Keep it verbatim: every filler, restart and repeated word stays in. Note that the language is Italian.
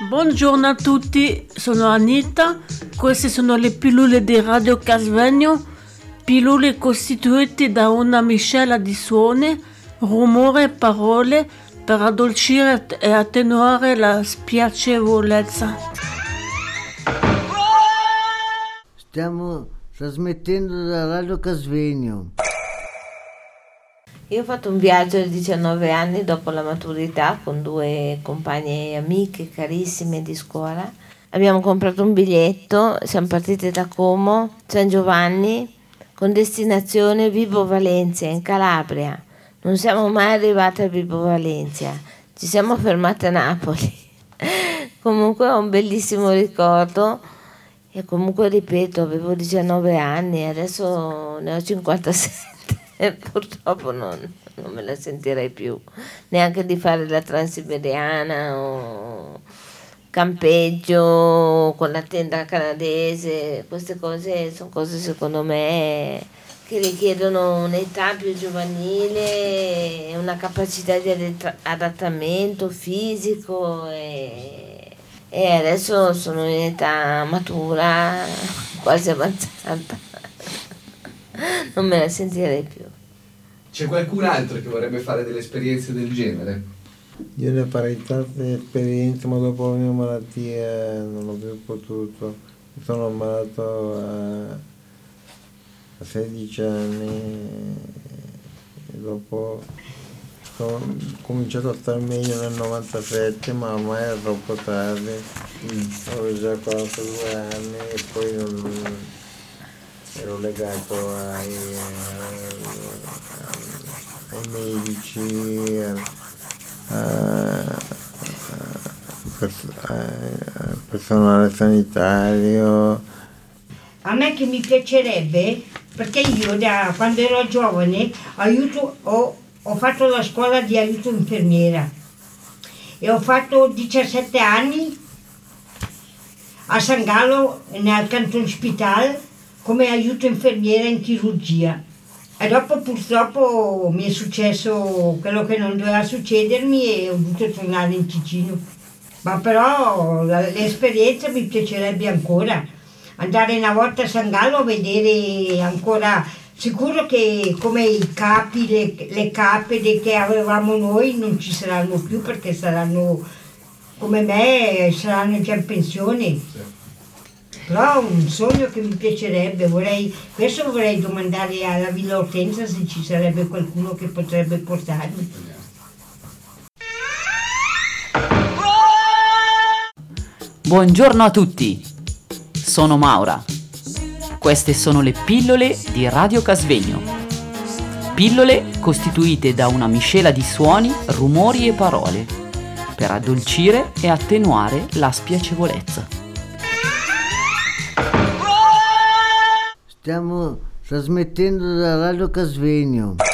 Buongiorno a tutti, sono Anita, queste sono le pillole di Radio Casvegno, pillole costituite da una miscela di suoni, rumori e parole per addolcire e attenuare la spiacevolezza. Stiamo trasmettendo da Radio Casvegno. Io ho fatto un viaggio a diciannove anni dopo la maturità con due compagne e amiche carissime di scuola. Abbiamo comprato un biglietto, siamo partiti da Como, San Giovanni, con destinazione Vibo Valentia in Calabria. Non siamo mai arrivati a Vibo Valentia, ci siamo fermati a Napoli. Comunque ho un bellissimo ricordo e comunque ripeto, avevo diciannove anni, adesso ne ho cinquantasette. E purtroppo non, non me la sentirei più, neanche di fare la Transiberiana o campeggio con la tenda canadese. Queste cose sono cose secondo me che richiedono un'età più giovanile, una capacità di adattamento fisico e, e adesso sono in età matura, quasi avanzata. Non me la sentirei più. C'è qualcun altro che vorrebbe fare delle esperienze del genere? Io ne farei tante esperienze, ma dopo la mia malattia non ho più potuto. Mi sono ammalato a, a sedici anni e dopo ho cominciato a stare meglio nel novantasette, ma ormai era troppo tardi. Mm. Avevo già quarantadue anni e poi non... ero legato ai, ai medici, al personale sanitario. A me che mi piacerebbe, perché io da quando ero giovane aiuto, ho, ho fatto la scuola di aiuto infermiera e ho fatto diciassette anni a San Gallo nel Canton Hospital come aiuto infermiera in chirurgia. E dopo purtroppo mi è successo quello che non doveva succedermi e ho dovuto tornare in Ticino. Ma però l'esperienza mi piacerebbe ancora. Andare una volta a San Gallo a vedere ancora, sicuro che come i capi, le, le cape che avevamo noi non ci saranno più perché saranno come me, saranno già in pensione. Sì. Però un sogno che mi piacerebbe, vorrei, questo vorrei domandare alla Villa Ortensia se ci sarebbe qualcuno che potrebbe portarmi. Buongiorno a tutti, sono Maura. Queste sono le pillole di Radio Casvegno. Pillole costituite da una miscela di suoni, rumori e parole per addolcire e attenuare la spiacevolezza. Stiamo trasmettendo da Radio Casvegno.